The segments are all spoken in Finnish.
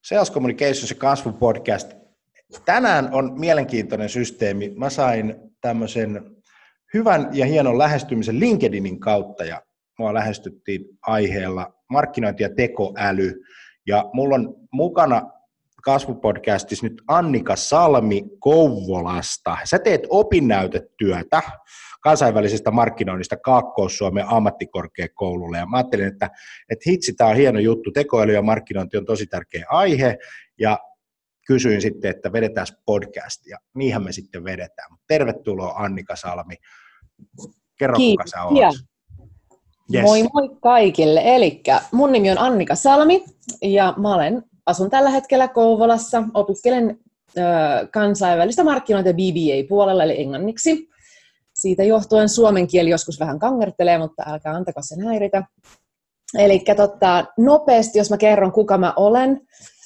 Sales Communications ja kasvupodcast. Tänään on mielenkiintoinen systeemi. Mä sain tämmöisen hyvän ja hienon lähestymisen LinkedInin kautta ja mua lähestyttiin aiheella markkinointi ja tekoäly. Ja mulla on mukana kasvupodcastissa nyt Annika Salmi Kouvolasta. Sä teet opinnäytetyötä kansainvälisestä markkinoinnista Kaakkois-Suomen ammattikorkeakoululle. Ja mä ajattelin, että hitsi, tää on hieno juttu. Tekoäly ja markkinointi on tosi tärkeä aihe. Ja kysyin sitten, että vedetään podcast. Ja niinhän me sitten vedetään. Tervetuloa Annika Salmi. Kerro, kuka sä oot. Yes. Moi moi kaikille. Elikkä mun nimi on Annika Salmi ja mä asun tällä hetkellä Kouvolassa. Opiskelen kansainvälistä markkinointia BBA-puolella eli englanniksi. Siitä johtuen suomen kieli joskus vähän kangertelee, mutta älkää antako sen häiritä. Elikkä nopeasti, jos mä kerron kuka mä olen.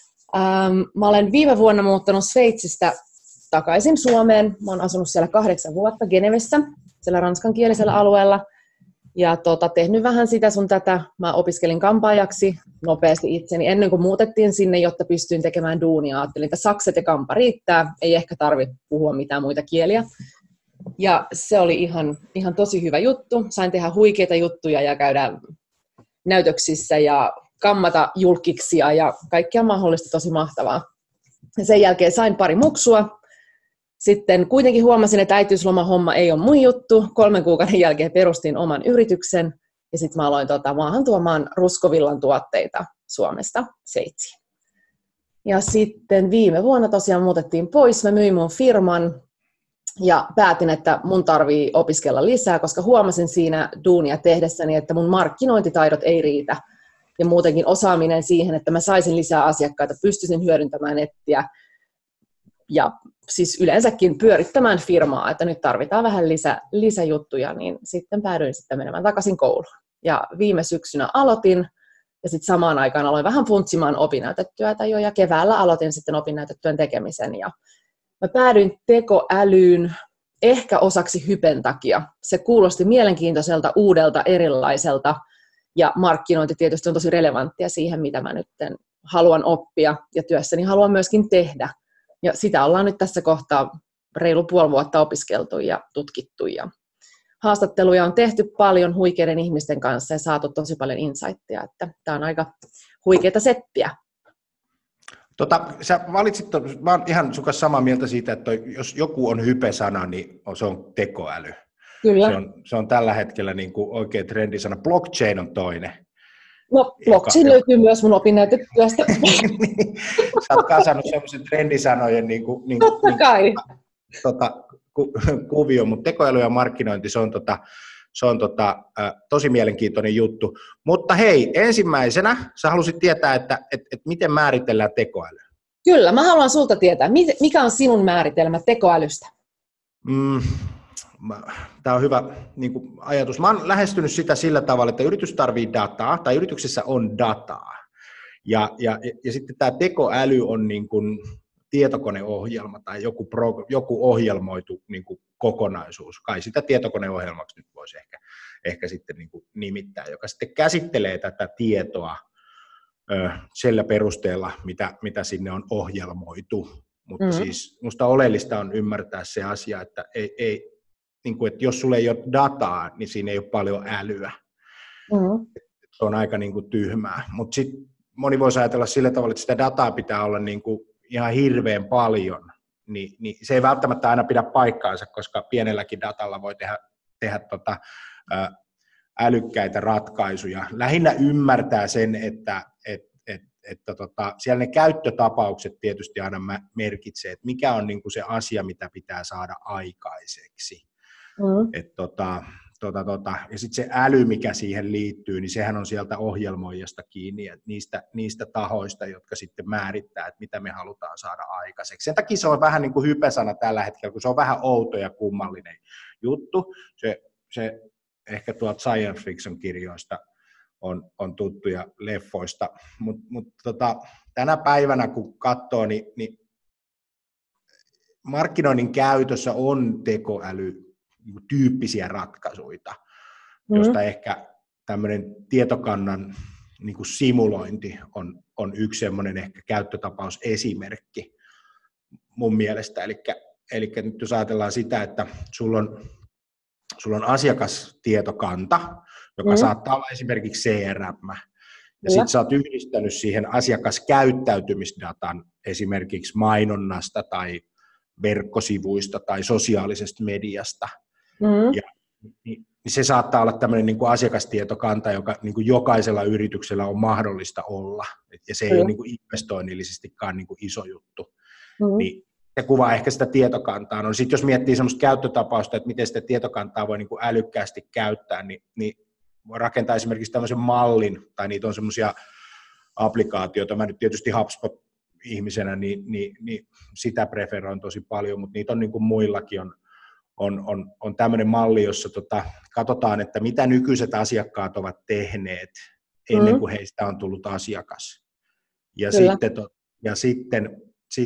Mä olen viime vuonna muuttanut Sveitsistä takaisin Suomeen. Mä oon asunut siellä 8 vuotta Genevessä, siellä ranskankielisellä alueella. Ja tehnyt vähän sitä sun tätä. Mä opiskelin kampaajaksi nopeasti itseni ennen kuin muutettiin sinne, jotta pystyin tekemään duunia. Ajattelin, että sakset ja kampa riittää, ei ehkä tarvitse puhua mitään muita kieliä. Ja se oli ihan tosi hyvä juttu. Sain tehdä huikeita juttuja ja käydä näytöksissä ja kammata julkkiksia ja kaikkea mahdollista tosi mahtavaa. Ja sen jälkeen sain pari muksua. Sitten kuitenkin huomasin, että äitiyslomahomma ei ole mun juttu. 3 kuukauden jälkeen perustin oman yrityksen ja sitten mä aloin maahan tuomaan Ruskovillan tuotteita Suomesta Sveitsiin. Ja sitten viime vuonna tosiaan muutettiin pois. Mä myin mun firman ja päätin, että mun tarvii opiskella lisää, koska huomasin siinä duunia tehdessäni, että mun markkinointitaidot ei riitä. Ja muutenkin osaaminen siihen, että mä saisin lisää asiakkaita, pystyisin hyödyntämään nettiä ja siis yleensäkin pyörittämään firmaa, että nyt tarvitaan vähän lisäjuttuja, niin sitten päädyin menemään takaisin kouluun. Ja viime syksynä aloitin, ja sitten samaan aikaan aloin vähän funtsimaan opinnäytetyötä jo, ja keväällä aloitin sitten opinnäytetyön tekemisen, ja mä päädyin tekoälyyn ehkä osaksi hypen takia. Se kuulosti mielenkiintoiselta, uudelta, erilaiselta, ja markkinointi tietysti on tosi relevanttia siihen, mitä mä nyt haluan oppia, ja työssäni haluan myöskin tehdä. Ja sitä ollaan nyt tässä kohtaa reilu puoli vuotta opiskeltu ja tutkittu. Ja haastatteluja on tehty paljon huikeiden ihmisten kanssa ja saatu tosi paljon insightia, että tämä on aika huikeita settiä. Sä valitsit, mä oon ihan sun kanssa samaa mieltä siitä, että jos joku on hype-sana, niin se on tekoäly. Kyllä. Se on tällä hetkellä niin kuin oikea trendisana. Blockchain on toinen. No, blockchain löytyy myös mun opinnäytetyöstä. Sä oot kasannut semmoisen trendisanojen Totta kai. Kuvio, mutta tekoäly ja markkinointi, se on tosi mielenkiintoinen juttu. Mutta hei, ensimmäisenä sä halusit tietää, että miten määritellään tekoäly. Kyllä, mä haluan sulta tietää, mikä on sinun määritelmä tekoälystä? Tämä on hyvä ajatus. Mä oon lähestynyt sitä sillä tavalla, että yritys tarvitsee dataa, tai yrityksessä on dataa. Ja sitten tämä tekoäly on niin kuin tietokoneohjelma tai joku ohjelmoitu niin kuin kokonaisuus. Kai sitä tietokoneohjelmaksi nyt voisi ehkä sitten niin kuin nimittää, joka sitten käsittelee tätä tietoa sillä perusteella, mitä sinne on ohjelmoitu. Mutta siis musta oleellista on ymmärtää se asia, että niin kuin, että jos sulla ei ole dataa, niin siinä ei ole paljon älyä. Se on aika niin kuin tyhmää. Mutta sitten moni voisi ajatella sillä tavalla, että sitä dataa pitää olla niin kuin ihan hirveän paljon. Niin se ei välttämättä aina pidä paikkaansa, koska pienelläkin datalla voi tehdä älykkäitä ratkaisuja. Lähinnä ymmärtää sen, että siellä ne käyttötapaukset tietysti aina merkitsee, että mikä on niin kuin se asia, mitä pitää saada aikaiseksi. Ja sitten se äly, mikä siihen liittyy, niin sehän on sieltä ohjelmoijasta kiinni, että niistä tahoista, jotka sitten määrittää, että mitä me halutaan saada aikaiseksi. Sen takia se on vähän niin kuin hype-sana tällä hetkellä, kun se on vähän outo ja kummallinen juttu. Se ehkä tuolta science fiction kirjoista on tuttuja leffoista, mutta tänä päivänä kun katsoo, niin markkinoinnin käytössä on tekoäly-tyyppisiä ratkaisuja, josta ehkä tämmöinen tietokannan niin kuin simulointi on yksi semmoinen ehkä käyttötapausesimerkki mun mielestä. Eli nyt jos ajatellaan sitä, että sulla on asiakastietokanta, joka saattaa olla esimerkiksi CRM, ja sitten sä oot yhdistänyt siihen asiakaskäyttäytymisdatan esimerkiksi mainonnasta tai verkkosivuista tai sosiaalisesta mediasta. Ja niin se saattaa olla tämmöinen niin kuin asiakastietokanta, joka niin kuin jokaisella yrityksellä on mahdollista olla. Ja se ei ole niin kuin investoinnillisestikaan niin kuin iso juttu. Niin se kuvaa ehkä sitä tietokantaa. No sitten jos miettii semmoista käyttötapausta, että miten sitä tietokantaa voi niin kuin älykkäästi käyttää, niin voi rakentaa esimerkiksi tämmöisen mallin, tai niitä on semmoisia applikaatioita. Mä nyt tietysti HubSpot-ihmisenä, niin sitä preferoin tosi paljon, mutta niitä on niin kuin muillakin on tämmöinen malli, jossa katsotaan, että mitä nykyiset asiakkaat ovat tehneet ennen kuin heistä on tullut asiakas. Ja sitten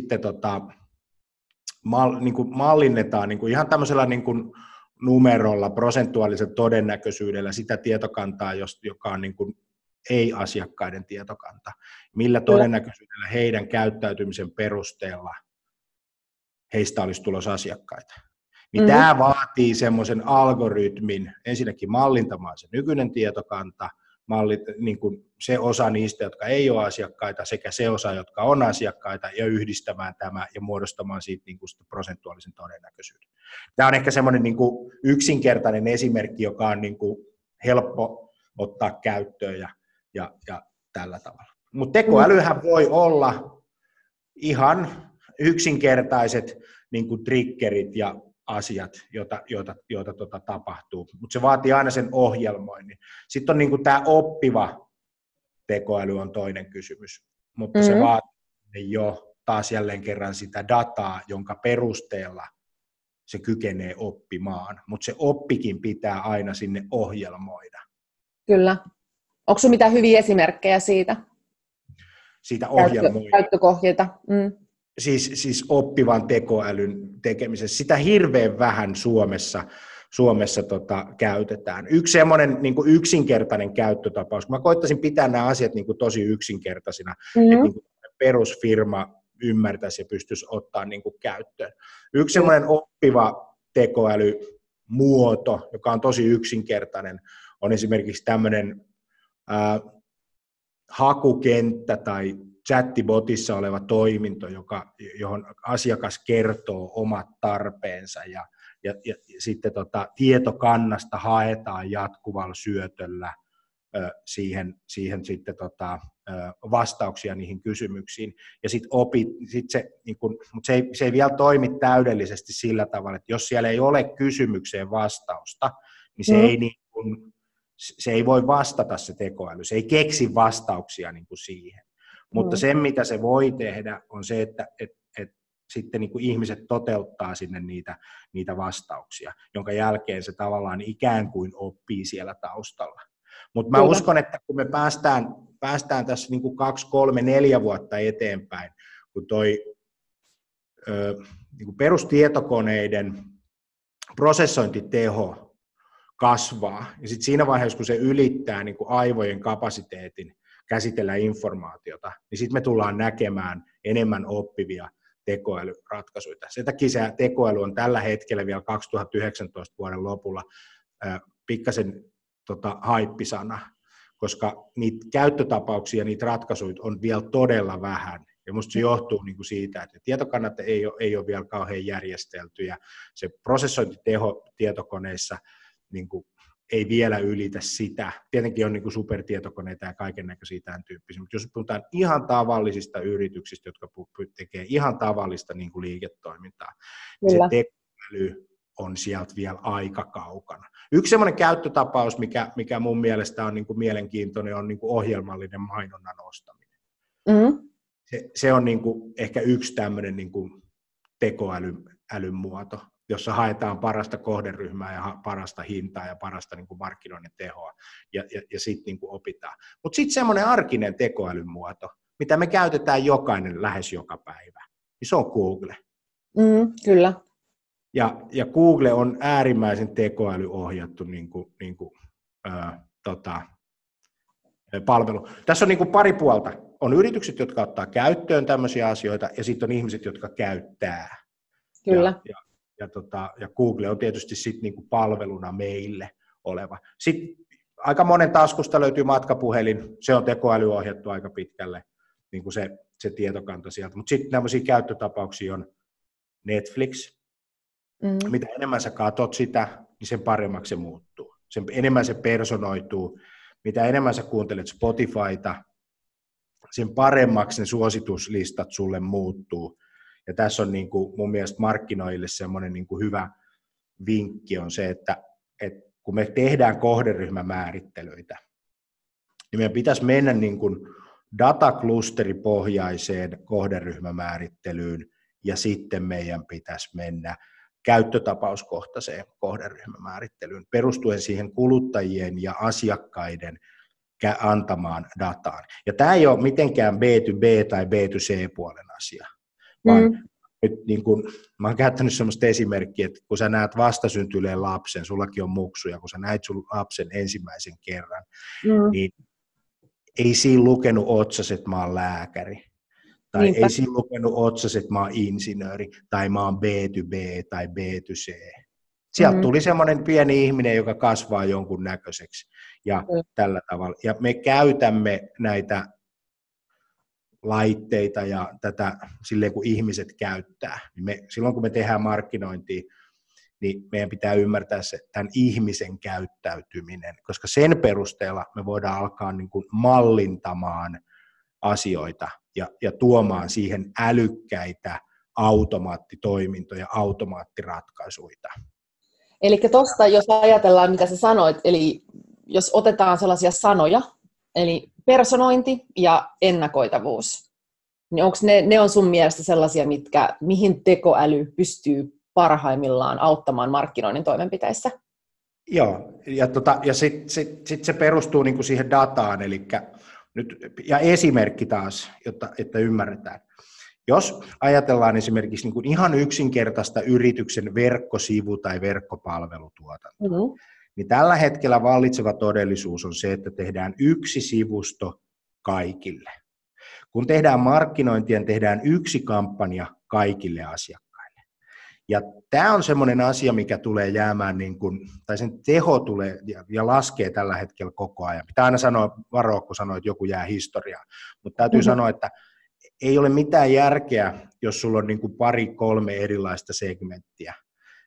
niin kuin mallinnetaan niin kuin ihan tämmöisellä niin kuin numerolla, prosentuaalisen todennäköisyydellä sitä tietokantaa, joka on niin kuin ei-asiakkaiden tietokanta. Millä todennäköisyydellä heidän käyttäytymisen perusteella heistä olisi tulossa asiakkaita. Niin tämä vaatii semmoisen algoritmin, ensinnäkin mallintamaan se nykyinen tietokanta, niin kuin se osa niistä, jotka ei ole asiakkaita, sekä se osa, jotka on asiakkaita, ja yhdistämään tämä ja muodostamaan siitä niin kuin prosentuaalisen todennäköisyyden. Tämä on ehkä semmoinen niin kuin yksinkertainen esimerkki, joka on niin kuin helppo ottaa käyttöön ja tällä tavalla. Mutta tekoälyhän voi olla ihan yksinkertaiset niin kuin triggerit ja asiat, joita tapahtuu, mutta se vaatii aina sen ohjelmoinnin. Sitten on niin kuin tämä oppiva tekoäly on toinen kysymys, mutta se vaatii jo taas jälleen kerran sitä dataa, jonka perusteella se kykenee oppimaan, mutta se oppikin pitää aina sinne ohjelmoida. Kyllä. Onko sinulla mitään hyviä esimerkkejä siitä? Siitä ohjelmoida. Käyttökohteita. Siis oppivan tekoälyn tekemisessä. Sitä hirveän vähän Suomessa käytetään. Yksi semmoinen niin kuin yksinkertainen käyttötapaus, kun mä koittaisin pitää nämä asiat niin kuin tosi yksinkertaisina, että niin kuin perusfirma ymmärtäisi ja pystyisi ottaa niin kuin käyttöön. Yksi semmoinen oppiva tekoälymuoto, joka on tosi yksinkertainen, on esimerkiksi tämmöinen hakukenttä tai chattibotissa oleva toiminto, johon asiakas kertoo omat tarpeensa ja sitten tietokannasta haetaan jatkuvalla syötöllä siihen sitten vastauksia niihin kysymyksiin. Ja sitten mutta se ei vielä toimi täydellisesti sillä tavalla, että jos siellä ei ole kysymykseen vastausta, niin se ei voi vastata se tekoäly, se ei keksi vastauksia niin kuin siihen. Mutta se, mitä se voi tehdä, on se, että sitten niin kuin ihmiset toteuttaa sinne niitä vastauksia, jonka jälkeen se tavallaan ikään kuin oppii siellä taustalla. Mutta mä uskon, että kun me päästään tässä niin kuin 2, 3, 4 vuotta eteenpäin, kun niin kuin perustietokoneiden prosessointiteho kasvaa, ja sitten siinä vaiheessa, kun se ylittää niin kuin aivojen kapasiteetin käsitellä informaatiota, niin sitten me tullaan näkemään enemmän oppivia tekoälyratkaisuja. Sen takia se tekoäly on tällä hetkellä vielä 2019 vuoden lopulla pikkasen haippisana, koska niitä käyttötapauksia, niitä ratkaisuja on vielä todella vähän. Ja musta se johtuu niin kuin siitä, että tietokannat ei ole vielä kauhean järjesteltyjä. Se prosessointiteho tietokoneissa niin kuin ei vielä ylitä sitä. Tietenkin on niin kuin supertietokoneita ja kaikennäköisiä tämän tyyppisiä, mutta jos puhutaan ihan tavallisista yrityksistä, jotka tekee ihan tavallista niin kuin liiketoimintaa, niin se tekoäly on sieltä vielä aika kaukana. Yksi semmoinen käyttötapaus, mikä mun mielestä on niin kuin mielenkiintoinen, on niin kuin ohjelmallinen mainonnan ostaminen. Se on niin kuin ehkä yksi tämmöinen niin kuin tekoälyn muoto, jossa haetaan parasta kohderyhmää ja parasta hintaa ja parasta niin kuin markkinoinnin tehoa ja sitten niin kuin opitaan. Mutta sitten semmoinen arkinen tekoälyn muoto, mitä me käytetään jokainen lähes joka päivä, niin se on Google. Kyllä. Ja Google on äärimmäisen tekoälyohjattu palvelu. Tässä on niin kuin pari puolta. On yritykset, jotka ottaa käyttöön tämmöisiä asioita, ja sitten on ihmiset, jotka käyttää. Kyllä. Ja Google on tietysti sitten niin kuin palveluna meille oleva. Sitten aika monen taskusta löytyy matkapuhelin, se on tekoälyohjattu aika pitkälle, niin kuin se tietokanta sieltä. Mutta sitten tämmöisiä käyttötapauksia on Netflix. Mitä enemmän sä katot sitä, niin sen paremmaksi se muuttuu. Sen enemmän se personoituu. Mitä enemmän sä kuuntelet Spotifyta, sen paremmaksi ne suosituslistat sulle muuttuu. Ja tässä on niin kuin mun mielestä markkinoille semmoinen niin kuin hyvä vinkki on se, että kun me tehdään kohderyhmämäärittelyitä, niin meidän pitäisi mennä niin kuin dataklusteripohjaiseen kohderyhmämäärittelyyn, ja sitten meidän pitäisi mennä käyttötapauskohtaiseen kohderyhmämäärittelyyn, perustuen siihen kuluttajien ja asiakkaiden antamaan dataan. Ja tämä ei ole mitenkään B2B tai B2C-puolen asia, vaan nyt niin kun, mä oon käyttänyt sellaista esimerkkiä, että kun sä näet vastasyntyneen lapsen, sullakin on muksuja, kun sä näit sun lapsen ensimmäisen kerran, niin ei siinä lukenut otsas, että mä oon lääkäri. Tai niinpä. Ei siinä lukenut otsas, että mä oon insinööri, tai mä oon B2B tai B2C. Sieltä tuli semmoinen pieni ihminen, joka kasvaa jonkun näköiseksi. Ja tällä tavalla. Ja me käytämme näitä laitteita ja tätä silleen, kun ihmiset käyttää. Niin silloin, kun me tehdään markkinointia, niin meidän pitää ymmärtää se tämän ihmisen käyttäytyminen, koska sen perusteella me voidaan alkaa niin kuin mallintamaan asioita ja tuomaan siihen älykkäitä automaattitoimintoja, automaattiratkaisuja. Eli tuosta, jos ajatellaan, mitä sä sanoit, eli jos otetaan sellaisia sanoja, eli personointi ja ennakoitavuus, niin onko ne on sun mielestä sellaisia, mihin tekoäly pystyy parhaimmillaan auttamaan markkinoinnin toimenpiteissä? Joo, ja sit se perustuu niinku siihen dataan, ja esimerkki taas, että ymmärretään. Jos ajatellaan esimerkiksi niin kuin ihan yksinkertaista yrityksen verkkosivu- tai verkkopalvelutuotantoa, niin tällä hetkellä vallitseva todellisuus on se, että tehdään yksi sivusto kaikille. Kun tehdään markkinointia, tehdään yksi kampanja kaikille asiakkaille. Ja tämä on semmoinen asia, mikä tulee jäämään, tai sen teho tulee ja laskee tällä hetkellä koko ajan. Pitää aina varoa, kun sanoo, että joku jää historiaan. Mutta täytyy sanoa, että ei ole mitään järkeä, jos sulla on 2-3 erilaista segmenttiä,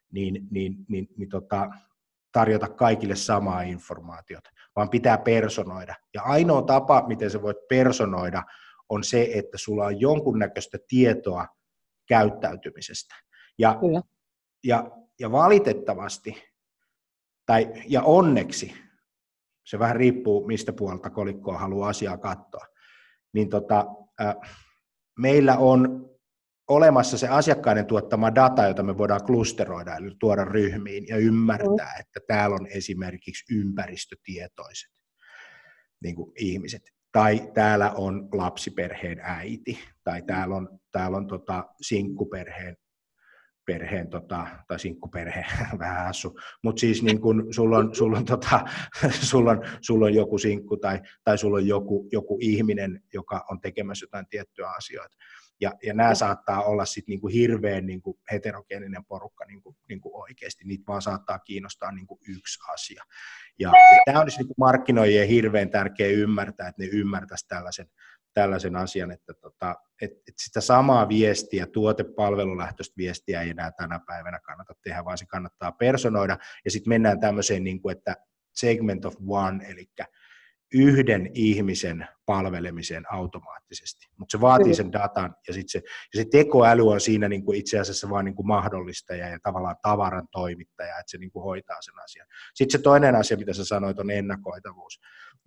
tarjota kaikille samaa informaatiota, vaan pitää personoida. Ja ainoa tapa, miten sä voit personoida, on se, että sulla on jonkunnäköistä tietoa käyttäytymisestä. Ja valitettavasti, ja onneksi, se vähän riippuu, mistä puolta kolikkoa haluaa asiaa katsoa, niin meillä on olemassa se asiakkaiden tuottama data, jota me voidaan klusteroida, eli tuoda ryhmiin ja ymmärtää, että täällä on esimerkiksi ympäristötietoiset niin kuin ihmiset, tai täällä on lapsiperheen äiti, tai täällä on sinkkuperheen tai sinkkuperhe, vähän hassu, mutta siis niin kun sulla on joku sinkku tai sulla on joku ihminen, joka on tekemässä jotain tiettyä asioita. Ja nämä saattaa olla sitten niinku hirveän niinku heterogeeninen porukka niinku oikeasti, niitä vaan saattaa kiinnostaa niinku yksi asia. Ja tämä olisi niinku markkinoijien hirveän tärkeä ymmärtää, että ne ymmärtäisivät tällaisen asian, että sitä samaa viestiä, tuotepalvelulähtöistä viestiä ei enää tänä päivänä kannata tehdä, vaan se kannattaa personoida, ja sitten mennään tämmöiseen, että segment of one, eli yhden ihmisen palvelemiseen automaattisesti, mutta se vaatii sen datan, ja se tekoäly on siinä itse asiassa vaan mahdollistaja ja tavallaan tavaran toimittaja, että se hoitaa sen asian. Sitten se toinen asia, mitä sä sanoit, on ennakoitavuus.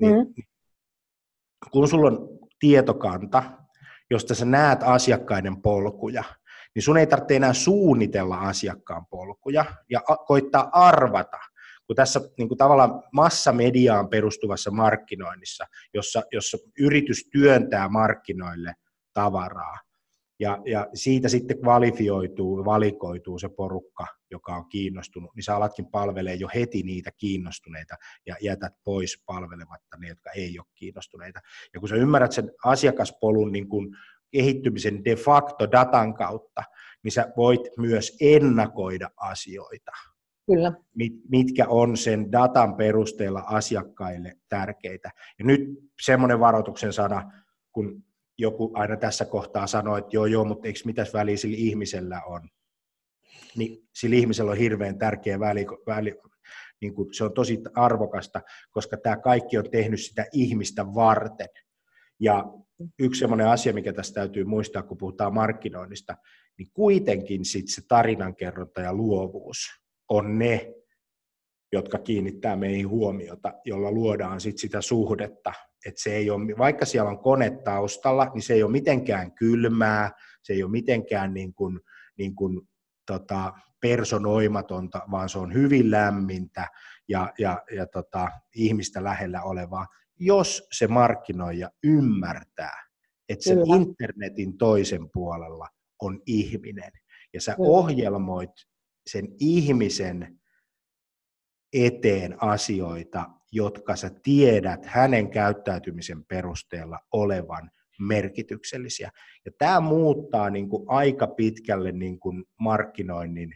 Kun sulla on tietokanta, josta sä näet asiakkaiden polkuja, niin sun ei tarvitse enää suunnitella asiakkaan polkuja ja koittaa arvata, kun tässä tavallaan massamediaan perustuvassa markkinoinnissa, jossa yritys työntää markkinoille tavaraa, ja siitä sitten valikoituu se porukka, joka on kiinnostunut, niin sä alatkin palvelee jo heti niitä kiinnostuneita ja jätät pois palvelematta ne, jotka ei ole kiinnostuneita. Ja kun sä ymmärrät sen asiakaspolun niin kuin kehittymisen de facto datan kautta, niin sä voit myös ennakoida asioita. Kyllä. Mitkä on sen datan perusteella asiakkaille tärkeitä. Ja nyt semmoinen varoituksen sana, kun joku aina tässä kohtaa sanoo, että joo, mutta eikö mitäs väliä sillä ihmisellä on, niin sillä ihmisellä on hirveän tärkeä väli, niin kuin se on tosi arvokasta, koska tämä kaikki on tehnyt sitä ihmistä varten. Ja yksi semmoinen asia, mikä tässä täytyy muistaa, kun puhutaan markkinoinnista, niin kuitenkin sitten se tarinankerronta ja luovuus on ne, jotka kiinnittää meihin huomiota, jolla luodaan sit sitä suhdetta. Että se ei ole, vaikka siellä on kone taustalla, niin se ei ole mitenkään kylmää, se ei ole mitenkään niin kuin personoimatonta, vaan se on hyvin lämmintä ja ihmistä lähellä olevaa, jos se markkinoija ymmärtää, että sen internetin toisen puolella on ihminen, ja sä ohjelmoit sen ihmisen eteen asioita, jotka sä tiedät hänen käyttäytymisen perusteella olevan merkityksellisiä. Ja tämä muuttaa niin kuin aika pitkälle niin kuin markkinoinnin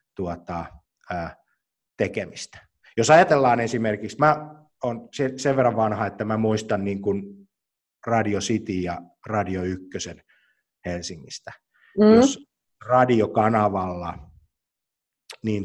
tekemistä. Jos ajatellaan esimerkiksi, mä olen sen verran vanha, että mä muistan niin kuin Radio City ja Radio Ykkösen Helsingistä. Jos radiokanavalla niin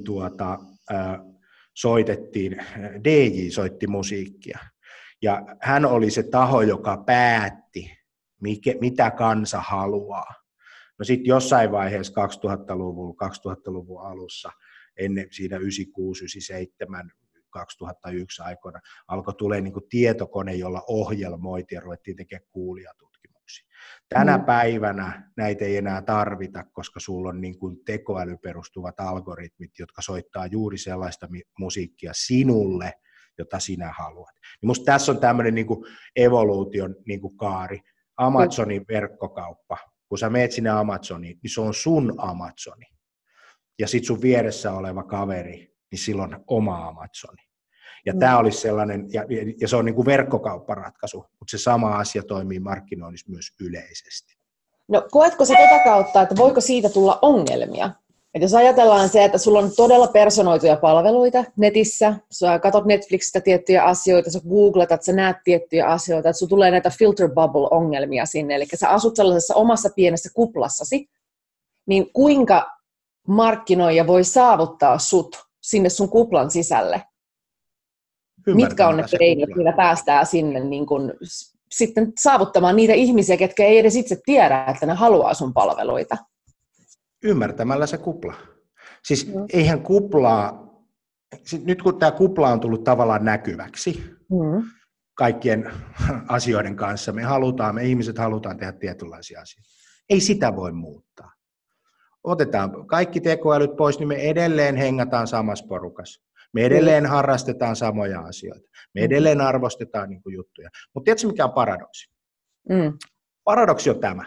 soitettiin, DJ soitti musiikkia, ja hän oli se taho, joka päätti, mitä kansa haluaa. No sitten jossain vaiheessa 2000-luvun alussa, ennen siinä 96, 97, 2001 aikoina, alkoi tulee niin kuin tietokone, jolla ohjelmoitiin ja ruvettiin tekemään kuulijatutkimuksia. Tänä päivänä näitä ei enää tarvita, koska sulla on niin kuin tekoälyperustuvat algoritmit, jotka soittaa juuri sellaista musiikkia sinulle, jota sinä haluat. Niin musta tässä on tämmöinen niin kuin evoluution niin kuin kaari. Amazonin verkkokauppa, kun sä meet sinne Amazoniin, niin se on sun Amazoni. Ja sit sun vieressä oleva kaveri, niin sillä on oma Amazoni. Ja tämä olisi sellainen, ja se on niin kuin verkkokaupparatkaisu, mutta se sama asia toimii markkinoinnissa myös yleisesti. No koetko se tätä kautta, että voiko siitä tulla ongelmia? Että jos ajatellaan se, että sulla on todella personoituja palveluita netissä, sä katsot Netflixistä tiettyjä asioita, sä googletat, sä näet tiettyjä asioita, että sulla tulee näitä filter bubble-ongelmia sinne, eli sä asut sellaisessa omassa pienessä kuplassasi, niin kuinka markkinoija voi saavuttaa sut sinne sun kuplan sisälle? Mitkä on ne keinot, millä päästään sinne niin kun, sitten saavuttamaan niitä ihmisiä, ketkä ei edes itse tiedä, että ne haluaa sun palveluita? Ymmärtämällä se kupla. Siis eihän kuplaa, nyt kun tämä kupla on tullut tavallaan näkyväksi kaikkien asioiden kanssa, me ihmiset halutaan tehdä tietynlaisia asioita. Ei sitä voi muuttaa. Otetaan kaikki tekoälyt pois, niin me edelleen hengataan samassa porukassa. Me edelleen harrastetaan samoja asioita. Me edelleen arvostetaan niin kuin juttuja. Mutta tiedätkö, mikä on paradoksi? Paradoksi on tämä.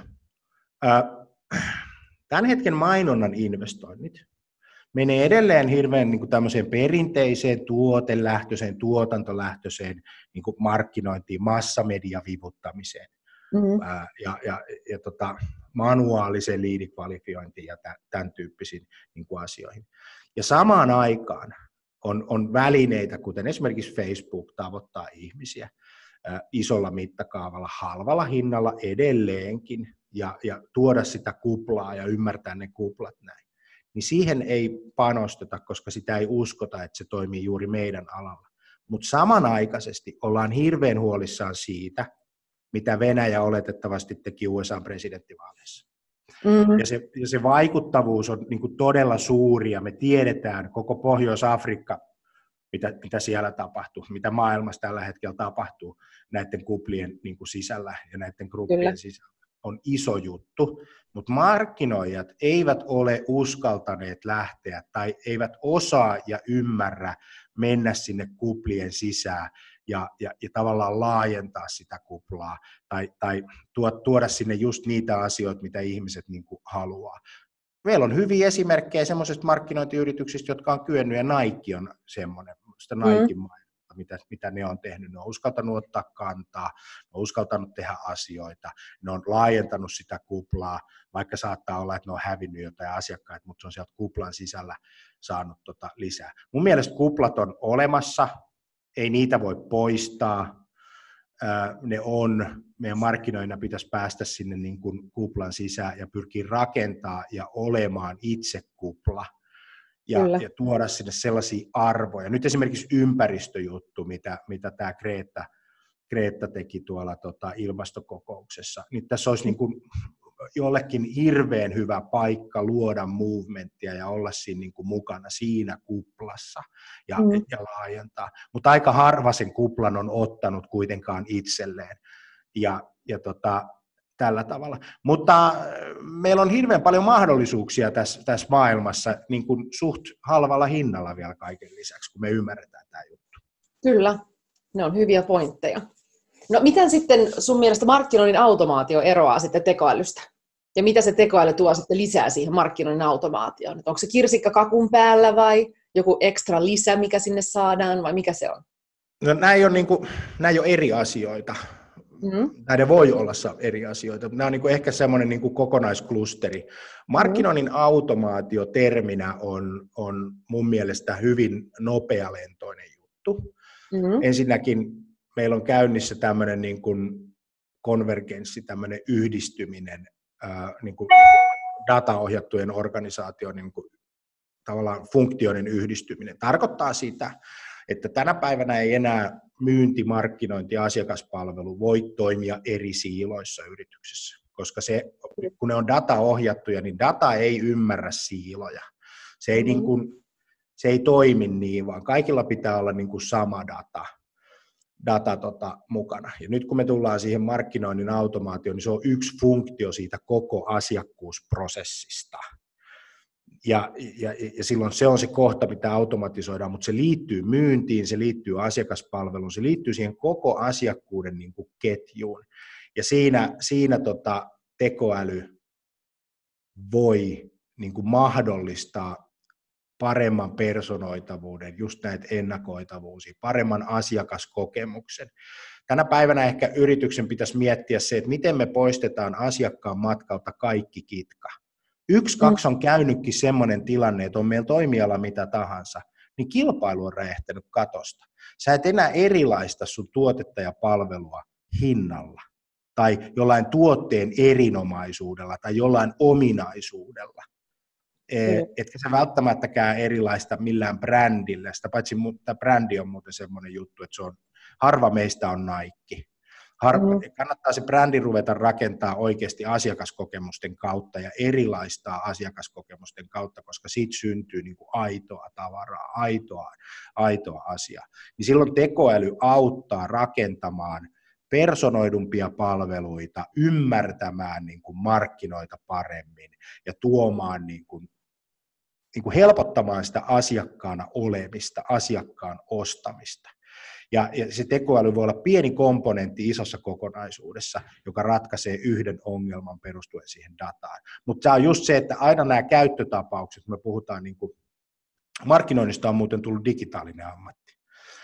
Tämän hetken mainonnan investoinnit menee edelleen hirveän niin kuin tämmöiseen perinteiseen tuotelähtöiseen, tuotantolähtöiseen niin kuin markkinointiin, massamediavivuttamiseen ja manuaaliseen liidikvalifiointiin ja tämän tyyppisiin niin kuin asioihin. Ja samaan aikaan on välineitä, kuten esimerkiksi Facebook tavoittaa ihmisiä isolla mittakaavalla, halvalla hinnalla edelleenkin, ja tuoda sitä kuplaa ja ymmärtää ne kuplat näin. Niin siihen ei panosteta, koska sitä ei uskota, että se toimii juuri meidän alalla. Mutta samanaikaisesti ollaan hirveän huolissaan siitä, mitä Venäjä oletettavasti teki USA-presidenttivaaleissa. Ja se vaikuttavuus on niin kuin todella suuri, ja me tiedetään koko Pohjois-Afrikka, mitä siellä tapahtuu, mitä maailmassa tällä hetkellä tapahtuu näiden kuplien niin kuin sisällä ja näiden gruppien sisällä. On iso juttu, mutta markkinoijat eivät ole uskaltaneet lähteä tai eivät osaa ja ymmärrä mennä sinne kuplien sisään ja tavallaan laajentaa sitä kuplaa tai tuoda sinne just niitä asioita, mitä ihmiset niin kuin haluaa. Meillä on hyviä esimerkkejä semmoisista markkinointiyrityksistä, jotka on kyennyt, ja Nike on semmoinen, sitä Nike mitä ne on tehnyt. Ne on uskaltanut ottaa kantaa, ne on uskaltanut tehdä asioita, ne on laajentanut sitä kuplaa, vaikka saattaa olla, että ne on hävinnyt jotain asiakkaita, mutta se on sieltä kuplan sisällä saanut lisää. Mun mielestä kuplat on olemassa, ei niitä voi poistaa, ne on, meidän markkinoina pitäisi päästä sinne niin kuin kuplan sisään ja pyrkiä rakentamaan ja olemaan itse kupla. Ja tuoda sinne sellaisia arvoja. Nyt esimerkiksi ympäristöjuttu, mitä tämä Greta teki tuolla ilmastokokouksessa, niin tässä olisi niin kuin jollekin hirveän hyvä paikka luoda movementtia ja olla siinä niin kuin mukana siinä kuplassa ja laajentaa. Mutta aika harva sen kuplan on ottanut kuitenkaan itselleen. Ja tällä tavalla. Mutta meillä on hirveän paljon mahdollisuuksia tässä maailmassa niin kuin suht halvalla hinnalla vielä kaiken lisäksi, kun me ymmärretään tämä juttu. Kyllä, ne on hyviä pointteja. No miten sitten sun mielestä markkinoinnin automaatio eroaa sitten tekoälystä? Ja mitä se tekoäly tuo sitten lisää siihen markkinoinnin automaatioon? Onko se kirsikka kakun päällä vai joku ekstra lisä, mikä sinne saadaan, vai mikä se on? No, nämä ei ole eri asioita. Näiden voi olla eri asioita. Nämä on niin kuin ehkä semmoinen niin kuin kokonaisklusteri. Markkinoinnin automaatio terminä on mun mielestä hyvin nopealentoinen juttu. Ensinnäkin meillä on käynnissä tämmöinen niin kuin konvergenssi, tämmöinen yhdistyminen, niin kuin dataohjattujen organisaation niin kuin tavallaan funktioiden yhdistyminen. Tarkoittaa sitä, että tänä päivänä ei enää myynti, markkinointi ja asiakaspalvelu voi toimia eri siiloissa yrityksessä, koska kun ne on dataohjattuja, niin data ei ymmärrä siiloja. Se ei toimi niin, vaan kaikilla pitää olla niin kuin sama data mukana. Ja nyt kun me tullaan siihen markkinoinnin automaatioon, niin se on yksi funktio siitä koko asiakkuusprosessista. Ja silloin se on se kohta, mitä automatisoidaan, mutta se liittyy myyntiin, se liittyy asiakaspalveluun, se liittyy siihen koko asiakkuuden niin kuin ketjuun. Ja siinä tekoäly voi niin kuin mahdollistaa paremman personoitavuuden, just näitä ennakoitavuuksia, paremman asiakaskokemuksen. Tänä päivänä ehkä yrityksen pitäisi miettiä se, että miten me poistetaan asiakkaan matkalta kaikki kitka. 1-2 on käynytkin semmoinen tilanne, että on meillä toimiala mitä tahansa, niin kilpailu on räjähtänyt katosta. Sä et enää erilaista sun tuotetta ja palvelua hinnalla tai jollain tuotteen erinomaisuudella tai jollain ominaisuudella. Etkä sä välttämättäkään erilaista millään brändillä. Sitä paitsi tämä brändi on muuten semmoinen juttu, että harva meistä on Nike. Kannattaa se brändi ruveta rakentaa oikeasti asiakaskokemusten kautta ja erilaistaa asiakaskokemusten kautta, koska siitä syntyy niin kuin aitoa tavaraa, aitoa asiaa. Niin silloin tekoäly auttaa rakentamaan personoidumpia palveluita, ymmärtämään niin kuin markkinoita paremmin ja tuomaan niin kuin helpottamaan sitä asiakkaana olemista, asiakkaan ostamista. Ja se tekoäly voi olla pieni komponentti isossa kokonaisuudessa, joka ratkaisee yhden ongelman perustuen siihen dataan. Mutta se on just se, että aina nämä käyttötapaukset, me puhutaan niin kuin, markkinoinnista on muuten tullut digitaalinen ammatti.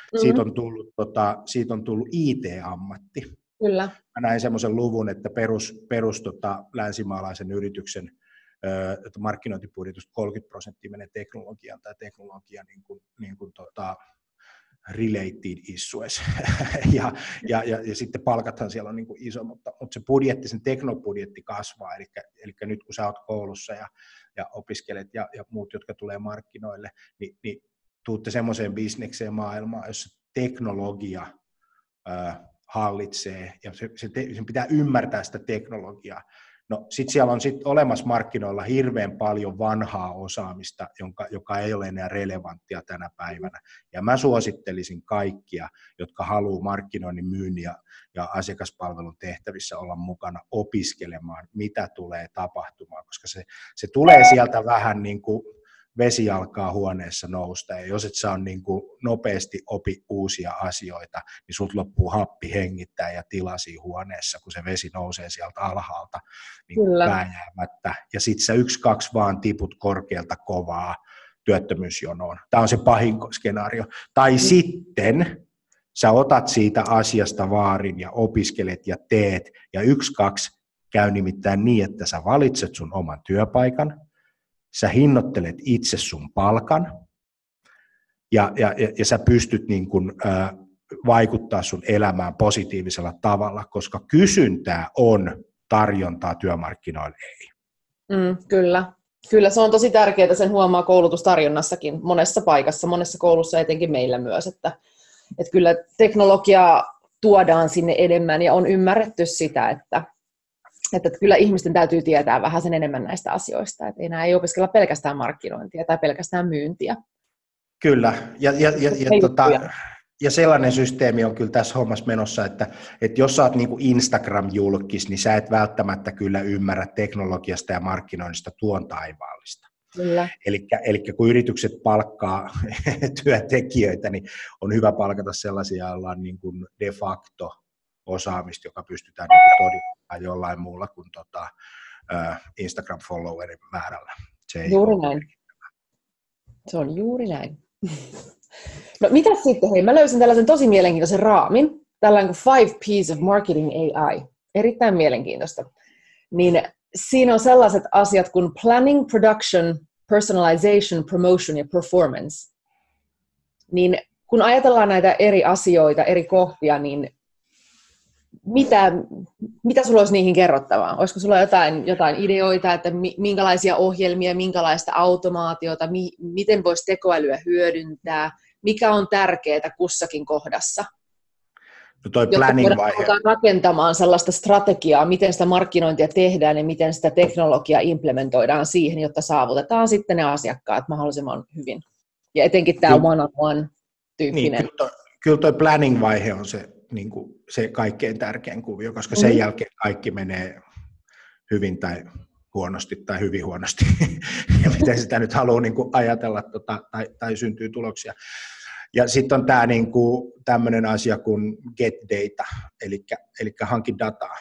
Siitä on tullut IT-ammatti. Kyllä. Mä näin semmoisen luvun, että perus länsimaalaisen yrityksen markkinointibudjetista 30% menee teknologiaan tai teknologian niin kuin related issues. ja sitten palkathan siellä on niin kuin iso, mutta se budjetti, sen teknobudjetti kasvaa, eli nyt kun sä oot koulussa ja opiskelet ja muut, jotka tulee markkinoille, niin tuutte semmoiseen bisnekseen maailmaan, jossa teknologia hallitsee, ja sen pitää ymmärtää sitä teknologiaa. No sitten siellä on olemassa markkinoilla hirveän paljon vanhaa osaamista, joka ei ole enää relevanttia tänä päivänä. Ja mä suosittelisin kaikkia, jotka haluaa markkinoinnin, myynnin ja asiakaspalvelun tehtävissä olla mukana opiskelemaan, mitä tulee tapahtumaan, koska se tulee sieltä vähän niin kuin vesi alkaa huoneessa nousta, ja jos et sä on niin kuin nopeasti opi uusia asioita, niin sulta loppuu happi hengittää ja tilasi huoneessa, kun se vesi nousee sieltä alhaalta niin vääjäämättä, ja sit sä 1-2 vaan tiput korkealta kovaa työttömyysjonoon. Tämä on se pahin skenaario. Tai sitten sä otat siitä asiasta vaarin ja opiskelet ja teet, ja 1-2 käy nimittäin niin, että sä valitset sun oman työpaikan, sä hinnoittelet itse sun palkan, ja sä pystyt niin kuin, vaikuttaa sun elämään positiivisella tavalla, koska kysyntää on, tarjontaa työmarkkinoilla ei. Kyllä. Kyllä, se on tosi tärkeää, sen huomaa koulutustarjonnassakin monessa paikassa, monessa koulussa etenkin meillä myös, että kyllä teknologiaa tuodaan sinne enemmän ja on ymmärretty sitä, että kyllä ihmisten täytyy tietää vähän sen enemmän näistä asioista, että enää ei opiskella pelkästään markkinointia tai pelkästään myyntiä. Kyllä, ja sellainen systeemi on kyllä tässä hommassa menossa, että jos sä oot niin kuin Instagram-julkis, niin sä et välttämättä kyllä ymmärrä teknologiasta ja markkinoinnista tuon taivaallista. Eli kun yritykset palkkaa työntekijöitä, niin on hyvä palkata sellaisia, joilla on niin kuin de facto osaamista, joka pystytään niin todistamaan jollain muulla kuin Instagram-followerin määrällä. Se ei juuri näin. Se on juuri näin. No mitä sitten? Hei, mä löysin tällaisen tosi mielenkiintoisen raamin, tällainen kuin 5 P's of Marketing AI. Erittäin mielenkiintoista. Niin siinä on sellaiset asiat kuin planning, production, personalization, promotion ja performance. Niin kun ajatellaan näitä eri asioita, eri kohtia, niin mitä sulla olisi niihin kerrottavaa? Olisiko sulla jotain ideoita, että minkälaisia ohjelmia, minkälaista automaatiota, miten voisi tekoälyä hyödyntää, mikä on tärkeää kussakin kohdassa? No toi planning-vaihe. Rakentamaan sellaista strategiaa, miten sitä markkinointia tehdään ja miten sitä teknologiaa implementoidaan siihen, jotta saavutetaan sitten ne asiakkaat mahdollisimman hyvin. Ja etenkin tämä one-on-one-tyyppinen. Niin, kyllä toi planning-vaihe on se kaikkein tärkein kuvio, koska sen jälkeen kaikki menee hyvin tai huonosti tai hyvin huonosti, ja miten sitä nyt haluaa niin kuin ajatella tai syntyy tuloksia. Ja sitten on tämä niinku, tämmöinen asia kuin get data, eli hanki dataa.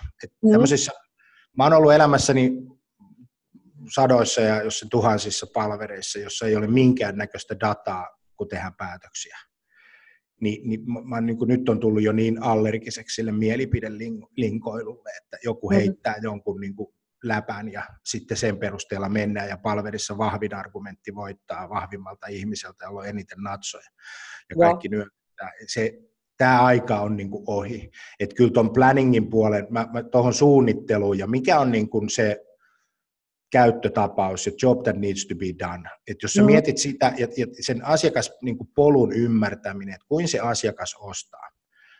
Mä oon ollut elämässäni sadoissa ja jos tuhansissa palvereissa, jossa ei ole minkäännäköistä dataa, kun tehdään päätöksiä. Niin mä niin kuin nyt on tullut jo niin allergiseksi sille mielipidelinkoilulle, että joku heittää jonkun niin kuin läpän ja sitten sen perusteella mennään ja palverissa vahvin argumentti voittaa vahvimmalta ihmiseltä, jolla on eniten natsoja ja kaikki nyökyttää. Tämä aika on niin kuin ohi. Että kyllä tuon planningin puolen, mä tuohon suunnitteluun ja mikä on niin kuin se käyttötapaus, se job that needs to be done. Että jos sä mietit sitä ja sen asiakaspolun ymmärtäminen, että kuin se asiakas ostaa.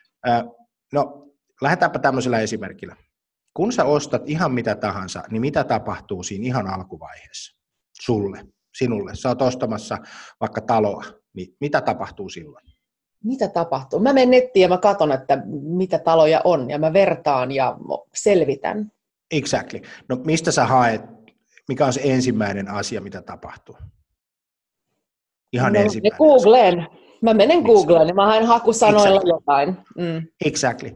No, lähdetäänpä tämmöisellä esimerkillä. Kun sä ostat ihan mitä tahansa, niin mitä tapahtuu siinä ihan alkuvaiheessa? Sinulle. Sä oot ostamassa vaikka taloa, niin mitä tapahtuu silloin? Mitä tapahtuu? Mä menen nettiin ja mä katson, että mitä taloja on, ja mä vertaan ja selvitän. Exactly. No mistä sä haet? Mikä on se ensimmäinen asia, mitä tapahtuu? Ihan ensimmäinen. Googleen. Mä menen Googleen ja mä haen hakusanoilla jotain. Exactly.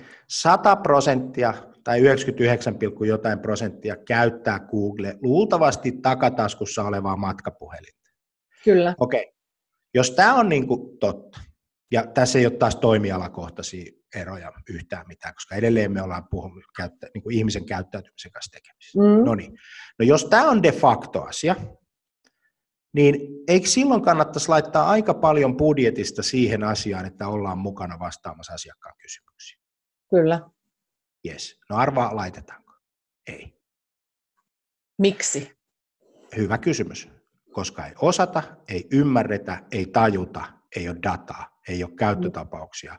100% tai 99, jotain prosenttia käyttää Google luultavasti takataskussa olevaa matkapuhelinta. Kyllä. Okei. Jos tämä on niin kuin totta, ja tässä ei ole taas toimialakohtaisia eroja yhtään mitään, koska edelleen me ollaan puhunut niin kuin ihmisen käyttäytymisen kanssa tekemisissä. No jos tämä on de facto asia, niin eikö silloin kannattaisi laittaa aika paljon budjetista siihen asiaan, että ollaan mukana vastaamassa asiakkaan kysymyksiin? Kyllä. Jes. No arvaa, laitetaanko? Ei. Miksi? Hyvä kysymys. Koska ei osata, ei ymmärretä, ei tajuta, ei ole dataa, ei ole käyttötapauksia.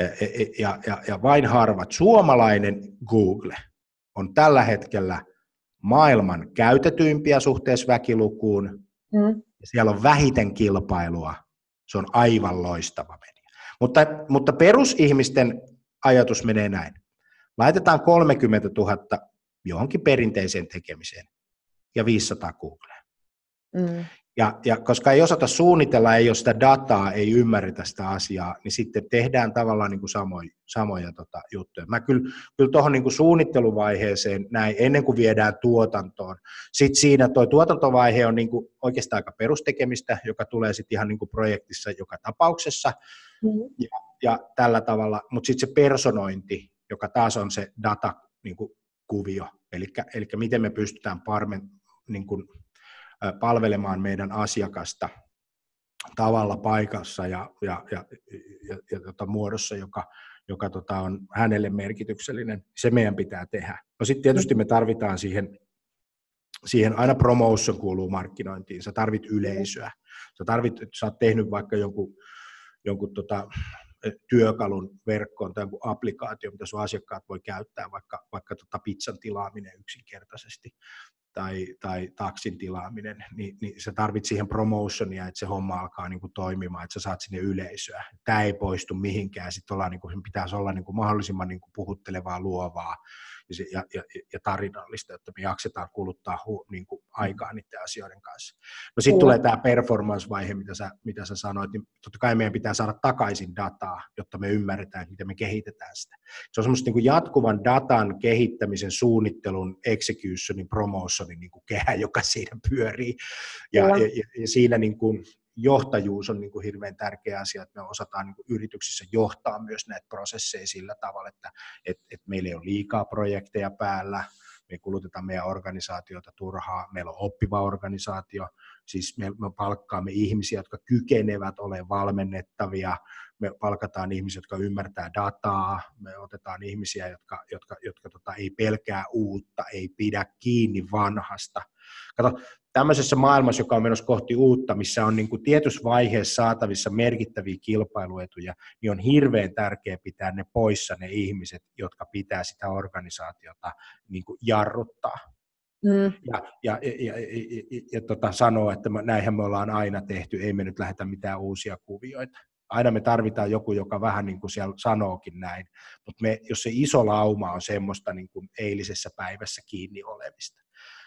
Ja vain harvat. Suomalainen Google on tällä hetkellä maailman käytetyimpiä suhteessa väkilukuun. Ja siellä on vähiten kilpailua. Se on aivan loistava media. Mutta perusihmisten ajatus menee näin. Laitetaan 30 000 johonkin perinteiseen tekemiseen ja 500 Googleen. Ja koska ei osata suunnitella, ei ole sitä dataa, ei ymmärretä sitä asiaa, niin sitten tehdään tavallaan niin kuin samoja juttuja. Mä kyllä tuohon niin kuin suunnitteluvaiheeseen näin, ennen kuin viedään tuotantoon. Sitten siinä tuo tuotantovaihe on niin kuin oikeastaan aika perustekemistä, joka tulee sitten ihan niin kuin projektissa joka tapauksessa. Ja tällä tavalla, mutta sitten se personointi, joka taas on se datakuvio, eli miten me pystytään niin kuin palvelemaan meidän asiakasta tavalla, paikassa ja muodossa, joka on hänelle merkityksellinen, se meidän pitää tehdä. No sitten tietysti me tarvitaan siihen aina promotion kuuluu markkinointiin, sä tarvit yleisöä, sä oot tehnyt vaikka jonkun työkalun verkkoon tai jonkun applikaatio, mitä sun asiakkaat voi käyttää, vaikka pizzan tilaaminen yksinkertaisesti tai taksin tilaaminen, niin sä tarvit siihen promotionia, että se homma alkaa niin kuin toimimaan, että sä saat sinne yleisöä. Tämä ei poistu mihinkään, sitten niin kuin, sen pitäisi olla niin kuin mahdollisimman niin kuin puhuttelevaa, luovaa ja tarinallista, jotta me jaksetaan kuluttaa niin kuin aikaa niiden asioiden kanssa. No sitten tulee tämä performance-vaihe, mitä sä sanoit, niin totta kai meidän pitää saada takaisin dataa, jotta me ymmärretään, miten me kehitetään sitä. Se on semmoista niin kuin jatkuvan datan kehittämisen, suunnittelun, executionin, promotionin niin kuin kehä, joka siinä pyörii. Ja siinä niin kuin johtajuus on niin kuin hirveän tärkeä asia, että me osataan niin kuin yrityksissä johtaa myös näitä prosesseja sillä tavalla, että meillä ei ole liikaa projekteja päällä, me kulutetaan meidän organisaatiota turhaa, meillä on oppiva organisaatio, siis me palkkaamme ihmisiä, jotka kykenevät olemaan valmennettavia, me palkataan ihmisiä, jotka ymmärtää dataa, me otetaan ihmisiä, jotka ei pelkää uutta, ei pidä kiinni vanhasta. Kato, tämmöisessä maailmassa, joka on menossa kohti uutta, missä on niin kuin tietyssä vaiheessa saatavissa merkittäviä kilpailuetuja, niin on hirveän tärkeää pitää ne poissa ne ihmiset, jotka pitää sitä organisaatiota niin kuin jarruttaa. Ja sanoa, että näinhän me ollaan aina tehty, ei me nyt lähdetä mitään uusia kuvioita. Aina me tarvitaan joku, joka vähän niin kuin siellä sanookin näin, mutta jos se iso lauma on semmoista niin kuin eilisessä päivässä kiinni olevista,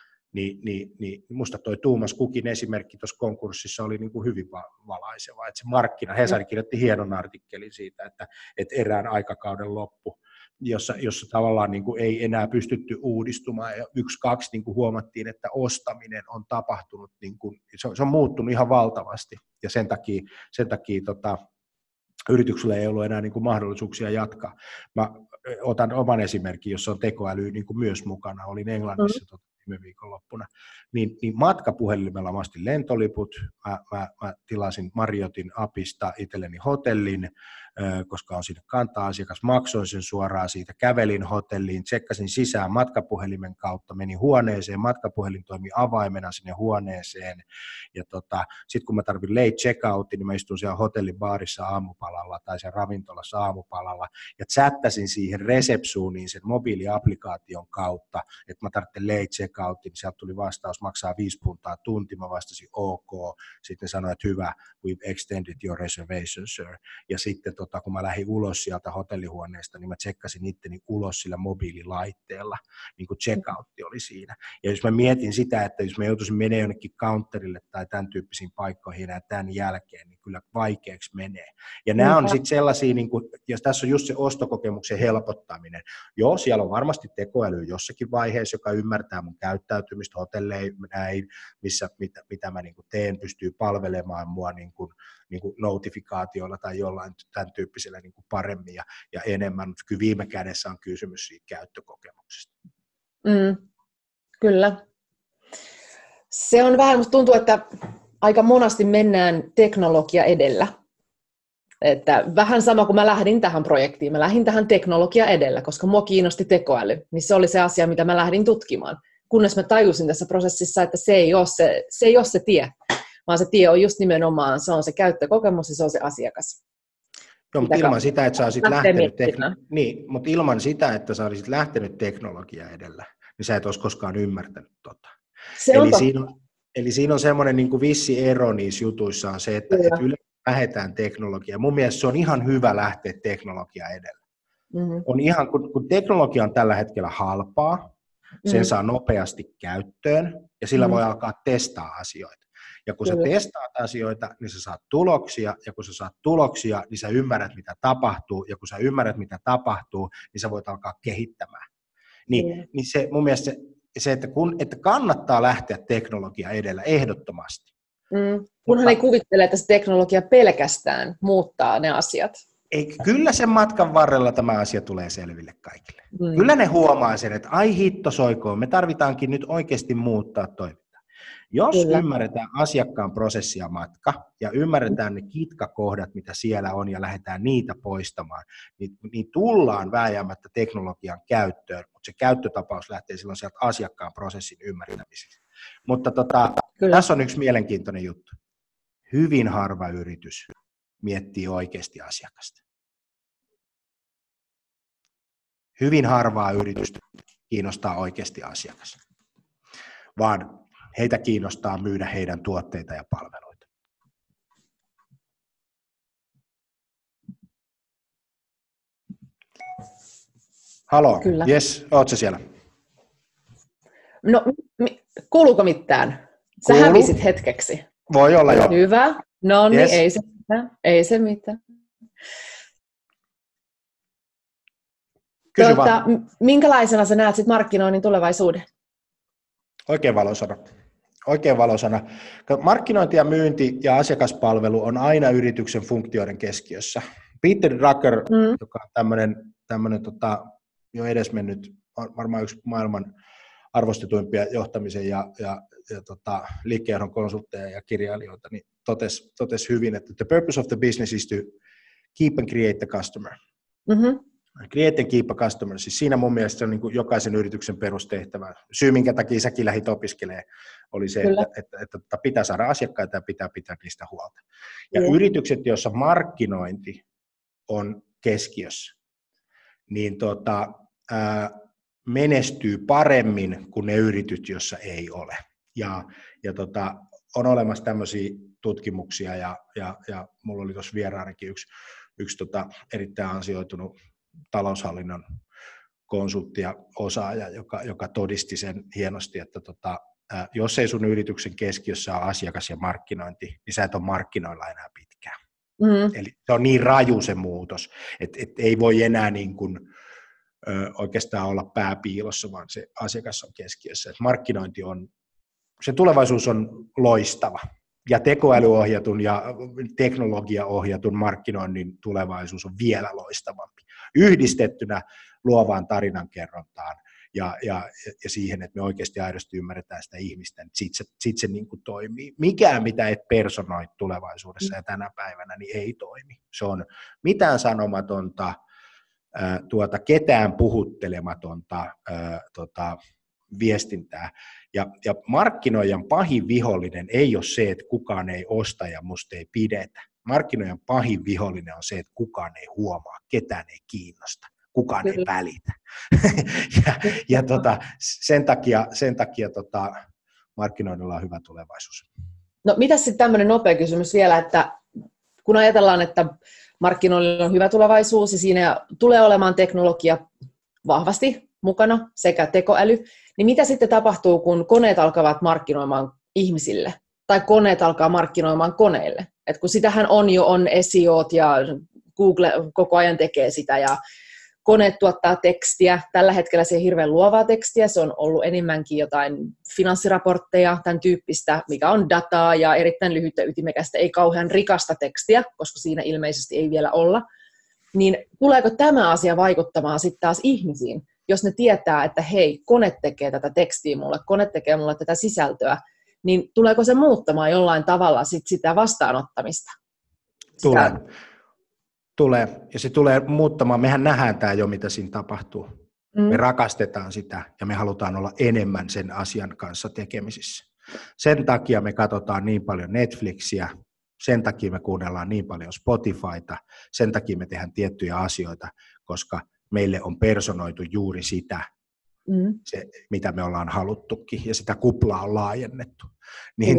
niin musta toi Thomas Cookin esimerkki tuossa konkurssissa oli niin kuin hyvin valaiseva, että se markkina, Hesari kirjoitti hienon artikkelin siitä, että erään aikakauden loppu, jossa tavallaan niin kuin ei enää pystytty uudistumaan, ja 1-2 niin kuin huomattiin, että ostaminen on tapahtunut, niin kuin, se on muuttunut ihan valtavasti, ja sen takia yrityksellä ei ollut enää niin kuin mahdollisuuksia jatkaa. Mä otan oman esimerkin, jossa on tekoäly niin kuin myös mukana, olin Englannissa viime viikonloppuna, niin matkapuhelimella mä ostin lentoliput, mä tilasin Marriotin appista itselleni hotellin, koska on sinne kanta-asiakas, maksoin sen suoraan siitä, kävelin hotelliin, tsekkasin sisään matkapuhelimen kautta, menin huoneeseen, matkapuhelin toimi avaimena sinne huoneeseen, ja sitten kun mä tarvin late checkoutin, niin mä istun siellä hotellibaarissa aamupalalla tai siellä ravintolassa aamupalalla, ja chattasin siihen resepsuuniin sen mobiiliaplikaation kautta, että mä tarvitsen late checkoutin, niin sieltä tuli vastaus, maksaa 5 puntaa tunti, mä vastasin OK, sitten sanoin, että hyvä, we've extended your reservation, sir, ja sitten kun mä lähdin ulos sieltä hotellihuoneesta, niin mä tsekkasin itteni ulos sillä mobiililaitteella, niin kuin checkoutti oli siinä. Ja jos mä mietin sitä, että jos mä joutuisin menemään jonnekin counterille tai tämän tyyppisiin paikkoihin ja tämän jälkeen, niin kyllä vaikeaksi menee. Ja nämä on sitten sellaisia, niin kuin, ja tässä on just se ostokokemuksen helpottaminen. Joo, siellä on varmasti tekoäly jossakin vaiheessa, joka ymmärtää mun käyttäytymistä, hotelleja, näin, mitä mä niin kuin teen, pystyy palvelemaan mua niin kuin notifikaatioilla tai jollain tämän tyyppisellä niin kuin paremmin ja enemmän, mutta kyllä viime kädessä on kysymys siitä käyttökokemuksesta. Kyllä. Se on vähän, musta tuntuu, että aika monasti mennään teknologia edellä. Että vähän sama kuin mä lähdin tähän projektiin, mä lähdin tähän teknologia edellä, koska mua kiinnosti tekoäly, niin se oli se asia, mitä mä lähdin tutkimaan. Kunnes mä tajusin tässä prosessissa, että se ei ole se tie, vaan se tie on just nimenomaan, se on se käyttökokemus ja se on se asiakas. Joo, mutta ilman sitä, että sä olisit lähtenyt teknologia edellä, niin sä et olisi koskaan ymmärtänyt tota. Eli siinä on semmoinen niin kuin vissi ero niissä jutuissa on se, että yleensä lähdetään teknologiaan. Mun mielestä se on ihan hyvä lähteä teknologia edellä. On ihan, kun teknologia on tällä hetkellä halpaa, sen saa nopeasti käyttöön ja sillä voi alkaa testaa asioita. Ja kun sä testaat asioita, niin sä saat tuloksia, ja kun sä saat tuloksia, niin sä ymmärrät, mitä tapahtuu, ja kun sä ymmärrät, mitä tapahtuu, niin sä voit alkaa kehittämään. Niin se mun mielestä se että kannattaa lähteä teknologia edellä ehdottomasti. Kunhan ei kuvittele, että se teknologia pelkästään muuttaa ne asiat. Kyllä sen matkan varrella tämä asia tulee selville kaikille. Kyllä ne huomaa sen, että ai hitto soikoon, me tarvitaankin nyt oikeasti muuttaa toimintaa. Jos ymmärretään asiakkaan prosessia matka ja ymmärretään ne kitkakohdat, mitä siellä on, ja lähdetään niitä poistamaan, niin tullaan vääjäämättä teknologian käyttöön, mutta se käyttötapaus lähtee silloin sieltä asiakkaan prosessin ymmärtämisestä. Mutta tässä on yksi mielenkiintoinen juttu. Hyvin harva yritys miettii oikeasti asiakasta. Hyvin harvaa yritystä kiinnostaa oikeasti asiakas, vaan heitä kiinnostaa myydä heidän tuotteita ja palveluita. Halo, jes, ootko siellä? No, kuuluuko mitään? Sä hävisit hetkeksi. Voi olla jo. Hyvä, no niin, yes. Ei se mitään. Kysy vaan. Minkälaisena sä näet sit markkinoinnin tulevaisuuden? Oikein valosana. Markkinointi ja myynti ja asiakaspalvelu on aina yrityksen funktioiden keskiössä. Peter Drucker, joka on tämmöinen jo edesmennyt, varmaan yksi maailman arvostetuimpia johtamisen ja liikkeenjohdon konsultteja ja kirjailijoita, niin totesi hyvin, että the purpose of the business is to keep and create the customer. Create and keep a customer, siis siinä mun mielestä se on niin kuin jokaisen yrityksen perustehtävä. Syy, minkä takia säkin lähdit opiskelemaan, oli se, että pitää saada asiakkaita ja pitää niistä huolta. Ja yritykset, joissa markkinointi on keskiössä, niin menestyy paremmin kuin ne yritykset, joissa ei ole. Ja on olemassa tämmöisiä tutkimuksia, ja mulla oli tuossa vieraanakin yksi erittäin ansioitunut taloushallinnon konsultti ja osaaja, joka todisti sen hienosti, että jos ei sun yrityksen keskiössä ole asiakas ja markkinointi, niin sä et ole markkinoilla enää pitkään. Eli se on niin raju se muutos, että ei voi enää niin kuin, oikeastaan olla pääpiilossa, vaan se asiakas on keskiössä. Et markkinointi on, se tulevaisuus on loistava. Ja tekoälyohjatun ja teknologiaohjatun markkinoinnin tulevaisuus on vielä loistavampi. Yhdistettynä luovaan tarinankerrontaan ja siihen, että me oikeasti aidosti ymmärretään sitä ihmistä, niin sit se niin kuin toimii. Mikään, mitä et personoi tulevaisuudessa ja tänä päivänä, niin ei toimi. Se on mitään sanomatonta, ketään puhuttelematonta viestintää. Ja markkinoijan pahin vihollinen ei ole se, että kukaan ei osta ja musta ei pidetä. Markkinoijan pahin vihollinen on se, että kukaan ei huomaa, ketään ei kiinnosta, kukaan ei välitä. sen takia markkinoinnilla on hyvä tulevaisuus. No mitäs sitten tämmöinen nopea kysymys vielä, että kun ajatellaan, että markkinoinnilla on hyvä tulevaisuus ja siinä tulee olemaan teknologia vahvasti mukana sekä tekoäly, niin mitä sitten tapahtuu, kun koneet alkavat markkinoimaan ihmisille tai koneet alkaa markkinoimaan koneille? Et kun sitähän on SEOt ja Google koko ajan tekee sitä ja koneet tuottaa tekstiä. Tällä hetkellä se ei hirveän luovaa tekstiä, se on ollut enemmänkin jotain finanssiraportteja, tämän tyyppistä, mikä on dataa ja erittäin lyhyttä ytimekästä, ei kauhean rikasta tekstiä, koska siinä ilmeisesti ei vielä olla. Niin tuleeko tämä asia vaikuttamaan sitten taas ihmisiin, jos ne tietää, että hei, kone tekee tätä tekstiä mulle, kone tekee mulle tätä sisältöä, niin tuleeko se muuttamaan jollain tavalla sitä vastaanottamista? Tulee. Ja se tulee muuttamaan. Mehän nähdään tämä jo, mitä siinä tapahtuu. Me rakastetaan sitä ja me halutaan olla enemmän sen asian kanssa tekemisissä. Sen takia me katsotaan niin paljon Netflixiä, sen takia me kuunnellaan niin paljon Spotifyta, sen takia me tehdään tiettyjä asioita, koska meille on personoitu juuri sitä, se, mitä me ollaan haluttukin, ja sitä kuplaa on laajennettu. Niin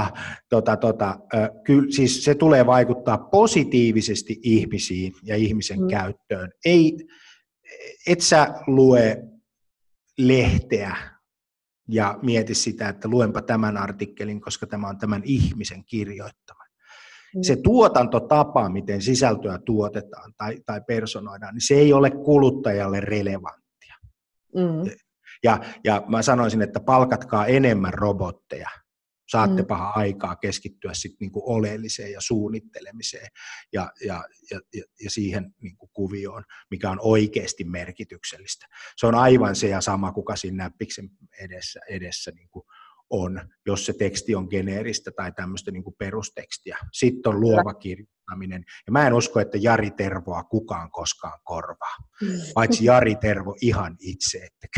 kyllä, siis se tulee vaikuttaa positiivisesti ihmisiin ja ihmisen käyttöön. Et sä lue lehteä ja mieti sitä, että luenpa tämän artikkelin, koska tämä on tämän ihmisen kirjoittama. Se tuotantotapa, miten sisältöä tuotetaan tai personoidaan, niin se ei ole kuluttajalle relevanttia. Ja mä sanoisin, että palkatkaa enemmän robotteja. Saattepahan aikaa keskittyä sitten niinku oleelliseen ja suunnittelemiseen ja siihen niinku kuvioon, mikä on oikeasti merkityksellistä. Se on aivan se ja sama, kuka siinä näppiksen edessä niinku on, jos se teksti on geneeristä tai tämmöistä niinku perustekstiä. Sitten on luova kirjoittaminen. Ja mä en usko, että Jari Tervoa kukaan koskaan korvaa. Paitsi Jari Tervo ihan itse. Että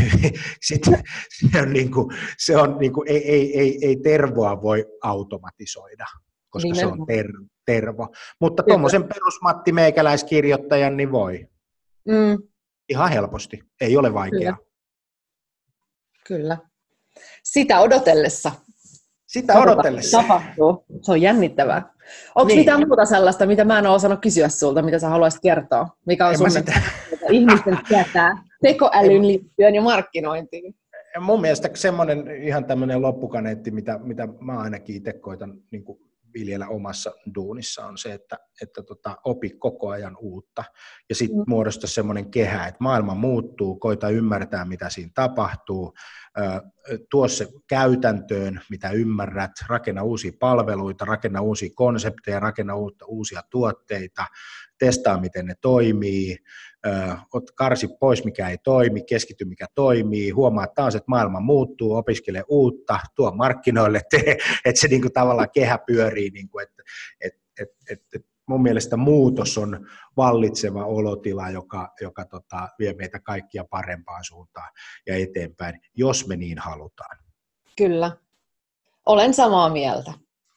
se on niinku, ei Tervoa voi automatisoida, koska se on Tervo. Mutta tuommoisen perusmatti meikäläiskirjoittajan niin voi. Ihan helposti. Ei ole vaikeaa. Kyllä. Sitä odotellessa. Tapahtuu. Se on jännittävää. Onko mitään muuta sellaista, mitä mä en ole osannut kysyä sulta, mitä sä haluaisit kertoa? Mikä on sun ihmisten tietää tekoälyn liittyen ja markkinointiin? Mun mielestä semmoinen ihan tämmöinen loppukaneetti, mitä mä ainakin itse koitan niin kuin viljellä omassa duunissa, on se, että opi koko ajan uutta ja sitten muodosta semmoinen kehä, että maailma muuttuu, koita ymmärtää, mitä siinä tapahtuu, tuo se käytäntöön, mitä ymmärrät, rakenna uusia palveluita, rakenna uusia konsepteja, rakenna uusia tuotteita, testaa, miten ne toimii, karsi pois, mikä ei toimi, keskity, mikä toimii, huomaa taas, että maailma muuttuu, opiskele uutta, tuo markkinoille, että se niinku tavallaan kehä pyörii, niinku, että mun mielestä muutos on vallitseva olotila, joka vie meitä kaikkia parempaan suuntaan ja eteenpäin, jos me niin halutaan. Kyllä, olen samaa mieltä.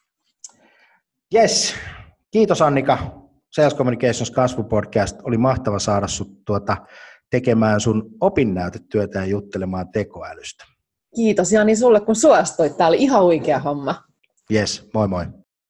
Yes, kiitos Annika. Sales Communications kasvupodcast, oli mahtava saada sut tekemään sun opinnäytetyötä ja juttelemaan tekoälystä. Kiitos Jani sulle, kun suostuit. Tämä oli ihan huikea homma. Yes, moi moi.